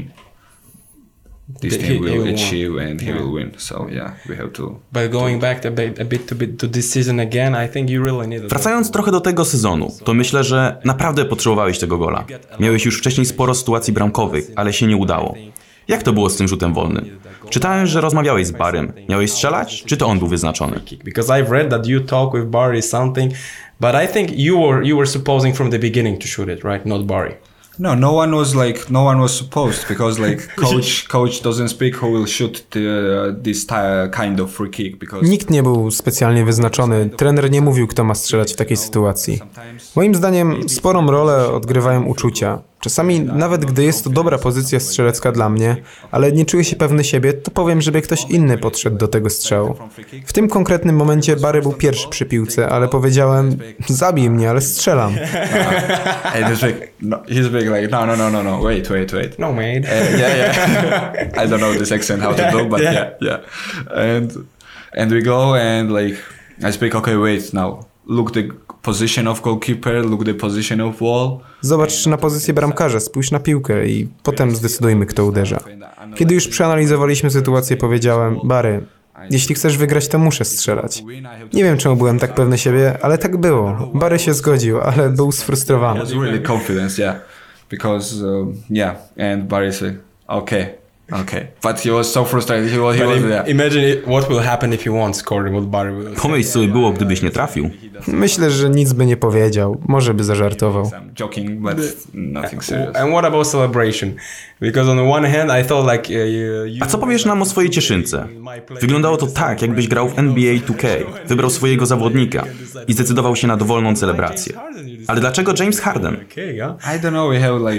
This team will achieve and he will win. So yeah, we have to. But going back a bit to this season again, I think you really need. Wracając trochę do tego sezonu, to myślę, że naprawdę potrzebowałeś tego gola. Miałeś już wcześniej sporo sytuacji bramkowych, ale się nie udało. Jak to było z tym rzutem wolnym? Czytałem, że rozmawiałeś z Barrym. Miałeś strzelać, czy to on był wyznaczony? Because I've read that you talk with Barry something, but I think you were supposing from the beginning to shoot it, right? Not Barry. No one was supposed because like coach doesn't speak who will shoot this kind of free kick because Nikt nie był specjalnie wyznaczony, trener nie mówił, kto ma strzelać w takiej sytuacji. Moim zdaniem sporą rolę odgrywają uczucia. Czasami, nawet gdy jest to dobra pozycja strzelecka dla mnie, ale nie czuję się pewny siebie, to powiem, żeby ktoś inny podszedł do tego strzału. W tym konkretnym momencie Barry był pierwszy przy piłce, ale powiedziałem, zabij mnie, ale strzelam. And he's like, no, wait. No, mate. Yeah. I don't know this accent how to do, but yeah. And we go and like, I speak, okay, wait, now. Look the position of goalkeeper, look the position of wall. Zobacz na pozycję bramkarza, spójrz na piłkę i potem zdecydujmy, kto uderza. Kiedy już przeanalizowaliśmy sytuację, powiedziałem, Barry, jeśli chcesz wygrać, to muszę strzelać. Nie wiem, czemu byłem tak pewny siebie, ale tak było. Barry się zgodził, ale był sfrustrowany. Was really confident, yeah. Because, and Barry said, okay. But he was so frustrated. He was there. Imagine what will happen if you won't score, what Barry will say. Pomyśl, co by było, gdybyś nie trafił. Myślę, że nic by nie powiedział. Może by zażartował. I'm joking, but nothing serious. And what about celebration? Because on the one hand I thought like A co powiesz nam o swojej cieszynce? Wyglądało to tak, jakbyś grał w NBA 2K. Wybrał swojego zawodnika i zdecydował się na dowolną celebrację. Ale dlaczego James Harden? I don't know,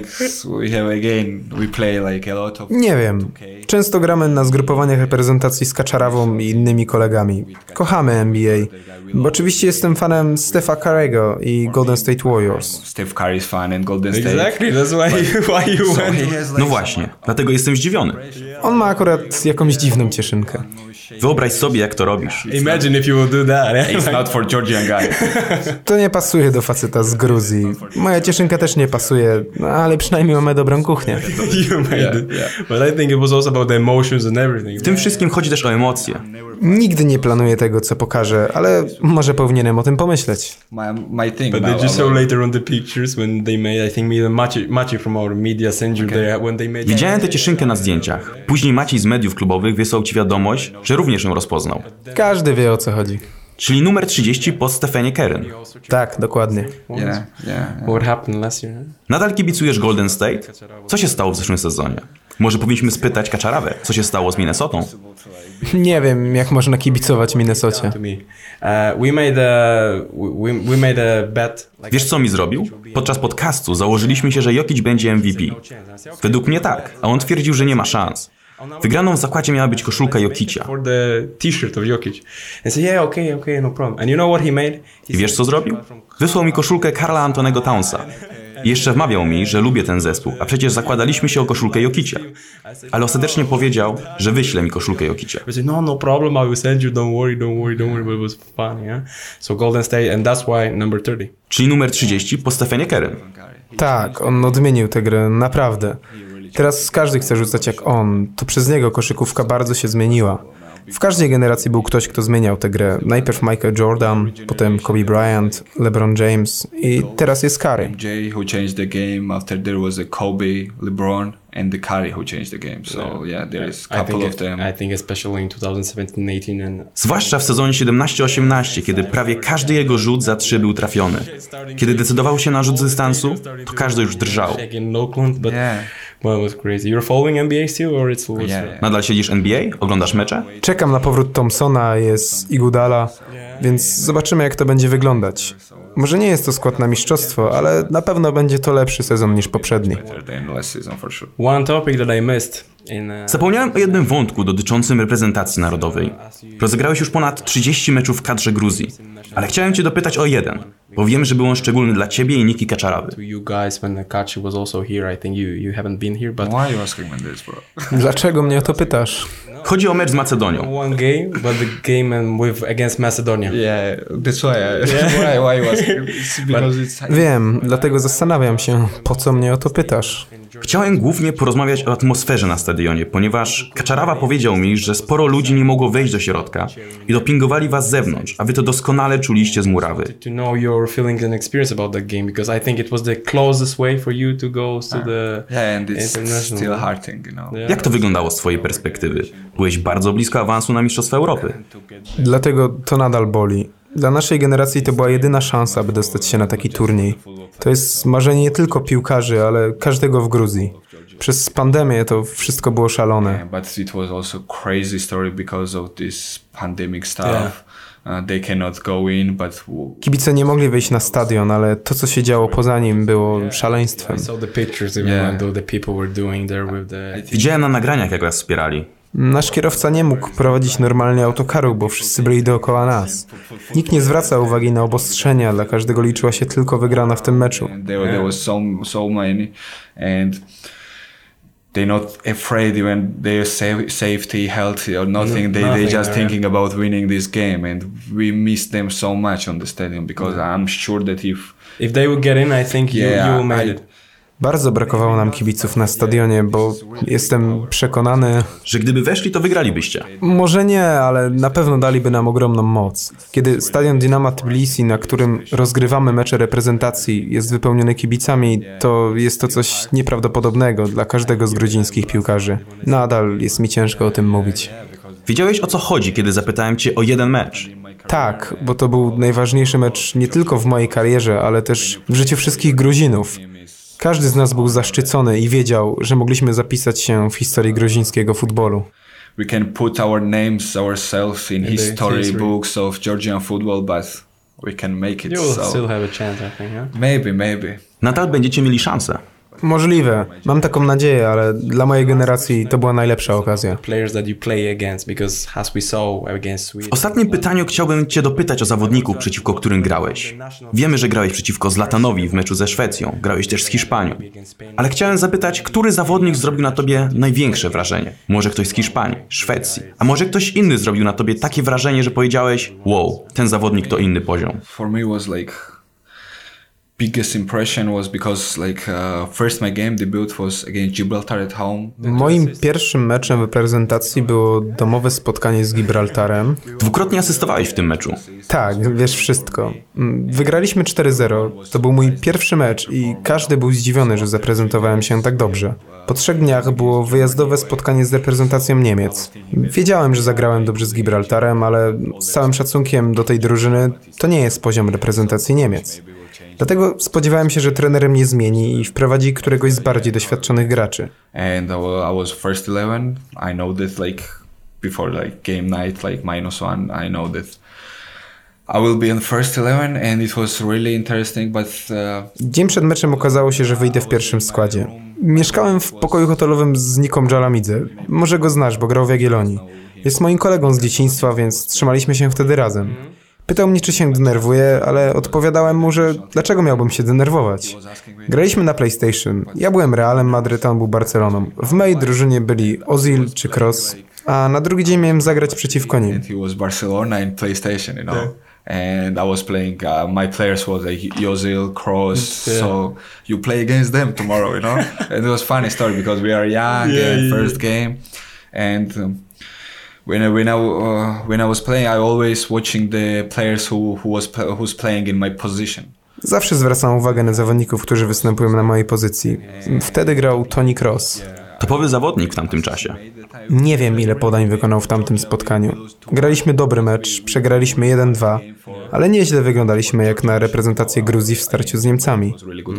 we play like a lot of... Nie wiem. Często gramy na zgrupowaniach reprezentacji z Kaczarawą i innymi kolegami. Kochamy NBA. Bo oczywiście jestem fanem Stepha Curry'ego i Golden State Warriors. Steph Curry's fan and Golden State. Exactly, that's why you went. No właśnie, dlatego jestem zdziwiony. On ma akurat jakąś dziwną cieszynkę. Wyobraź sobie, jak to robisz. Imagine if you will do that. It's not for Georgian guy. To nie pasuje do faceta z Gruzji. Moja cieszynka też nie pasuje, no, ale przynajmniej mamy dobrą kuchnię. You made it. But I think it was also about the emotions and everything. W tym wszystkim chodzi też o emocje. Nigdy nie planuję tego, co pokażę, ale może powinienem o tym pomyśleć. My thing. But did you saw later on the pictures when they made, I think Maciej from our media sent you there when they made... Widziałem tę cieszynkę na zdjęciach. Później Maciej z mediów klubowych wysłał ci wiadomość, że również ją rozpoznał. Każdy wie, o co chodzi. Czyli numer 30 po Stephenie Currym. Tak, dokładnie. Yeah. What happened last year? Nadal kibicujesz Golden State? Co się stało w zeszłym sezonie? Może powinniśmy spytać Kaczarawę, co się stało z Minnesotą? Nie wiem, jak można kibicować Minnesocie. We made a bet. Wiesz, co mi zrobił? Podczas podcastu założyliśmy się, że Jokic będzie MVP. Według mnie tak, a on twierdził, że nie ma szans. Wygraną w zakładzie miała być koszulka Jokicia. For the t-shirt of Jokic. And said, yeah, okay, no problem. And you know what he made? I wiesz, co zrobił? Wysłał mi koszulkę Karla Antonego Townsa. I jeszcze wmawiał mi, że lubię ten zespół, a przecież zakładaliśmy się o koszulkę Jokicia. Ale ostatecznie powiedział, że wyśle mi koszulkę Jokicia. I said, no problem, I will send you, don't worry, but it was fun, yeah? So Golden State, and that's why number 30. Czyli numer 30 po Stephenie Currym. Tak, on odmienił tę grę, naprawdę. Teraz każdy chce rzucać jak on. To przez niego koszykówka bardzo się zmieniła. W każdej generacji był ktoś, kto zmieniał tę grę. Najpierw Michael Jordan, potem Kobe Bryant, LeBron James i teraz jest Curry. Jay who changed the game. After there was a Kobe, LeBron and the Curry who changed the game. So yeah, there is a couple of them. I think especially in 2017-18 and Zwłaszcza w sezonie 17-18, kiedy prawie każdy jego rzut za 3 był trafiony. Kiedy decydował się na rzut z dystansu, to każdy już drżał. in Oakland, but well, it was crazy. You're following NBA still, or it's Nadal siedzisz NBA? Oglądasz mecze? Czekam na powrót Thompsona, jest Iguodala, więc zobaczymy, jak to będzie wyglądać. Może nie jest to skład na mistrzostwo, ale na pewno będzie to lepszy sezon niż poprzedni. One topic that I missed in Zapomniałem o jednym wątku dotyczącym reprezentacji narodowej. Rozegrałeś już ponad 30 meczów w kadrze Gruzji, ale chciałem cię dopytać o jeden, bo wiem, że był on szczególny dla ciebie i Niki Kaczarawy. to you guys when Kachi was also here. I think you haven't been here, but Why are you asking me this, bro? Dlaczego mnie o to pytasz? Chodzi o mecz z Macedonią. one game, but the game against Macedonia. Yeah, that's why. Why you asking? It's because it's Wiem, dlatego zastanawiam się, po co mnie o to pytasz. Chciałem głównie porozmawiać o atmosferze na stadionie, ponieważ Kaczarawa powiedział mi, że sporo ludzi nie mogło wejść do środka i dopingowali was z zewnątrz, a wy to doskonale czuliście z murawy. To know your feelings and experience about that game, because I think it was the closest way for you to go to the yeah, and it's international. still a hard thing, you know. Yeah. Jak to wyglądało z twojej perspektywy? Byłeś bardzo blisko awansu na Mistrzostwa Europy. Dlatego to nadal boli. Dla naszej generacji to była jedyna szansa, by dostać się na taki turniej. To jest marzenie nie tylko piłkarzy, ale każdego w Gruzji. Przez pandemię to wszystko było szalone. But it was also crazy story because of this pandemic stuff. They cannot go in, but Kibice nie mogli wyjść na stadion, ale to, co się działo poza nim, było szaleństwem. Widziałem na nagraniach, jak was wspierali. Nasz kierowca nie mógł prowadzić normalnie autokaru, bo wszyscy byli dookoła nas. Nikt nie zwracał uwagi na obostrzenia, dla każdego liczyła się tylko wygrana w tym meczu. There was so many, and they're not afraid when their safety, health or nothing. They just thinking about winning this game, and we miss them so much on the stadium because I'm sure that if they would get in, I think you made it. Bardzo brakowało nam kibiców na stadionie, bo jestem przekonany... Że gdyby weszli, to wygralibyście. Może nie, ale na pewno daliby nam ogromną moc. Kiedy stadion Dinama Tbilisi, na którym rozgrywamy mecze reprezentacji, jest wypełniony kibicami, to jest to coś nieprawdopodobnego dla każdego z gruzińskich piłkarzy. Nadal jest mi ciężko o tym mówić. Wiedziałeś, o co chodzi, kiedy zapytałem cię o jeden mecz? Tak, bo to był najważniejszy mecz nie tylko w mojej karierze, ale też w życiu wszystkich Gruzinów. Każdy z nas był zaszczycony i wiedział, że mogliśmy zapisać się w historii gruzińskiego futbolu. we can put our names ourselves in history books of Georgian football, but we can make it. You will so still have a chance, I think, huh? maybe. Nadal będziecie mieli szansę. Możliwe. Mam taką nadzieję, ale dla mojej generacji to była najlepsza okazja. Players that you play against, because as we saw against Sweden. W ostatnim pytaniu chciałbym cię dopytać o zawodników, przeciwko którym grałeś. Wiemy, że grałeś przeciwko Zlatanowi w meczu ze Szwecją, grałeś też z Hiszpanią. Ale chciałem zapytać, który zawodnik zrobił na tobie największe wrażenie? Może ktoś z Hiszpanii, Szwecji, a może ktoś inny zrobił na tobie takie wrażenie, że powiedziałeś: wow, ten zawodnik to inny poziom. For me was like biggest impression was because first my game debut was against Gibraltar at home. Moim pierwszym meczem w reprezentacji było domowe spotkanie z Gibraltarem. Dwukrotnie asystowałeś w tym meczu. Tak, wiesz wszystko. Wygraliśmy 4-0. To był mój pierwszy mecz i każdy był zdziwiony, że zaprezentowałem się tak dobrze. Po 3 dniach było wyjazdowe spotkanie z reprezentacją Niemiec. Wiedziałem, że zagrałem dobrze z Gibraltarem, ale z całym szacunkiem do tej drużyny to nie jest poziom reprezentacji Niemiec. Dlatego spodziewałem się, że trener mnie zmieni i wprowadzi któregoś z bardziej doświadczonych graczy. And I was first 11. I know that before game night -1, I know that I will be in first 11 and it was really interesting, but Dzień przed meczem okazało się, że wyjdę w pierwszym składzie. Mieszkałem w pokoju hotelowym z Niką Dżalamidze. Może go znasz, bo grał w Jagiellonii. Jest moim kolegą z dzieciństwa, więc trzymaliśmy się wtedy razem. Pytał mnie, czy się denerwuję, ale odpowiadałem mu, że dlaczego miałbym się denerwować. Graliśmy na PlayStation. Ja byłem Realem Madryt, a on był Barceloną. W mojej drużynie byli Ozil czy Kroos, a na drugi dzień miałem zagrać przeciwko nim. he was Barcelona in PlayStation, And I was playing, my players was Ozil, Kroos, so you play against them tomorrow, And it was funny story because we are young and first game, and when I was playing, I always watching the players who's playing in my position. Zawsze zwracam uwagę na zawodników, którzy występują na mojej pozycji. Wtedy grał Toni Kroos. Topowy zawodnik w tamtym czasie. Nie wiem, ile podań wykonał w tamtym spotkaniu. Graliśmy dobry mecz, przegraliśmy 1-2, ale nieźle wyglądaliśmy jak na reprezentację Gruzji w starciu z Niemcami.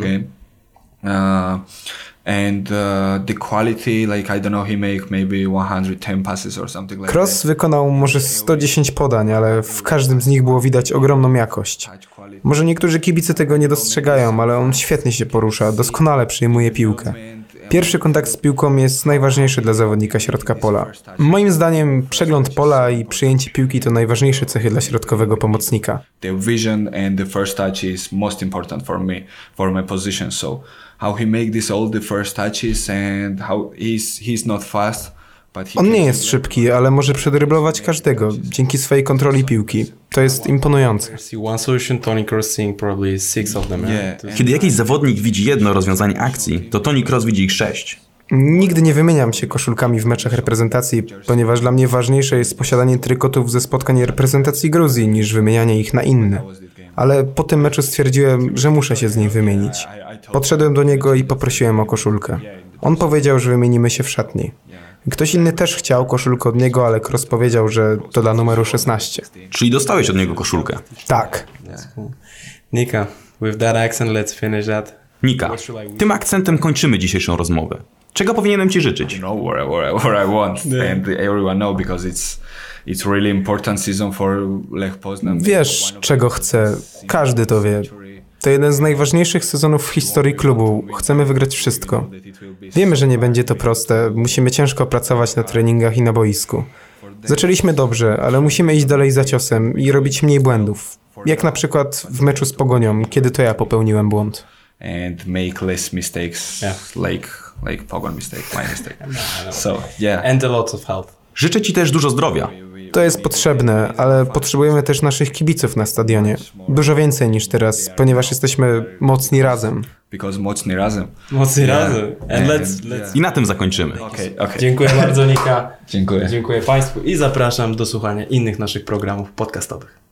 And the quality, I don't know, he make maybe 110 passes or something like Kroos wykonał może 110 podań, ale w każdym z nich było widać ogromną jakość. Może niektórzy kibice tego nie dostrzegają, ale on świetnie się porusza, doskonale przyjmuje piłkę. Pierwszy kontakt z piłką jest najważniejszy dla zawodnika środka pola. Moim zdaniem przegląd pola i przyjęcie piłki to najważniejsze cechy dla środkowego pomocnika. The vision and the first touch is most important for me, for my position. So how he make all the first touches and how he's not fast. On nie jest szybki, ale może przedryblować każdego dzięki swojej kontroli piłki. To jest imponujące. Kiedy jakiś zawodnik widzi jedno rozwiązanie akcji, to Toni Kroos widzi ich 6. Nigdy nie wymieniam się koszulkami w meczach reprezentacji, ponieważ dla mnie ważniejsze jest posiadanie trykotów ze spotkań reprezentacji Gruzji niż wymienianie ich na inne. Ale po tym meczu stwierdziłem, że muszę się z nim wymienić. Podszedłem do niego i poprosiłem o koszulkę. On powiedział, że wymienimy się w szatni. Ktoś inny też chciał koszulkę od niego, ale Kroos powiedział, że to dla numeru 16. Czyli dostałeś od niego koszulkę. Tak. Nika, with that accent, let's finish that. Nika, tym akcentem kończymy dzisiejszą rozmowę. Czego powinienem ci życzyć? know where I want, and everyone know because it's really important season for Lech Poznan. Wiesz, czego chcę. Każdy to wie. To jeden z najważniejszych sezonów w historii klubu. Chcemy wygrać wszystko. Wiemy, że nie będzie to proste. Musimy ciężko pracować na treningach i na boisku. Zaczęliśmy dobrze, ale musimy iść dalej za ciosem i robić mniej błędów. Jak na przykład w meczu z Pogonią, kiedy to ja popełniłem błąd. And make less mistakes, like Pogon mistake, my mistake. So yeah. And a lot of health. Życzę ci też dużo zdrowia. To jest potrzebne, ale potrzebujemy też naszych kibiców na stadionie. Dużo więcej niż teraz, ponieważ jesteśmy mocni razem. Because mocni razem. Mocni razem. And let's... I na tym zakończymy. Okay. Dziękuję bardzo, Nika. Dziękuję. Dziękuję Państwu i zapraszam do słuchania innych naszych programów podcastowych.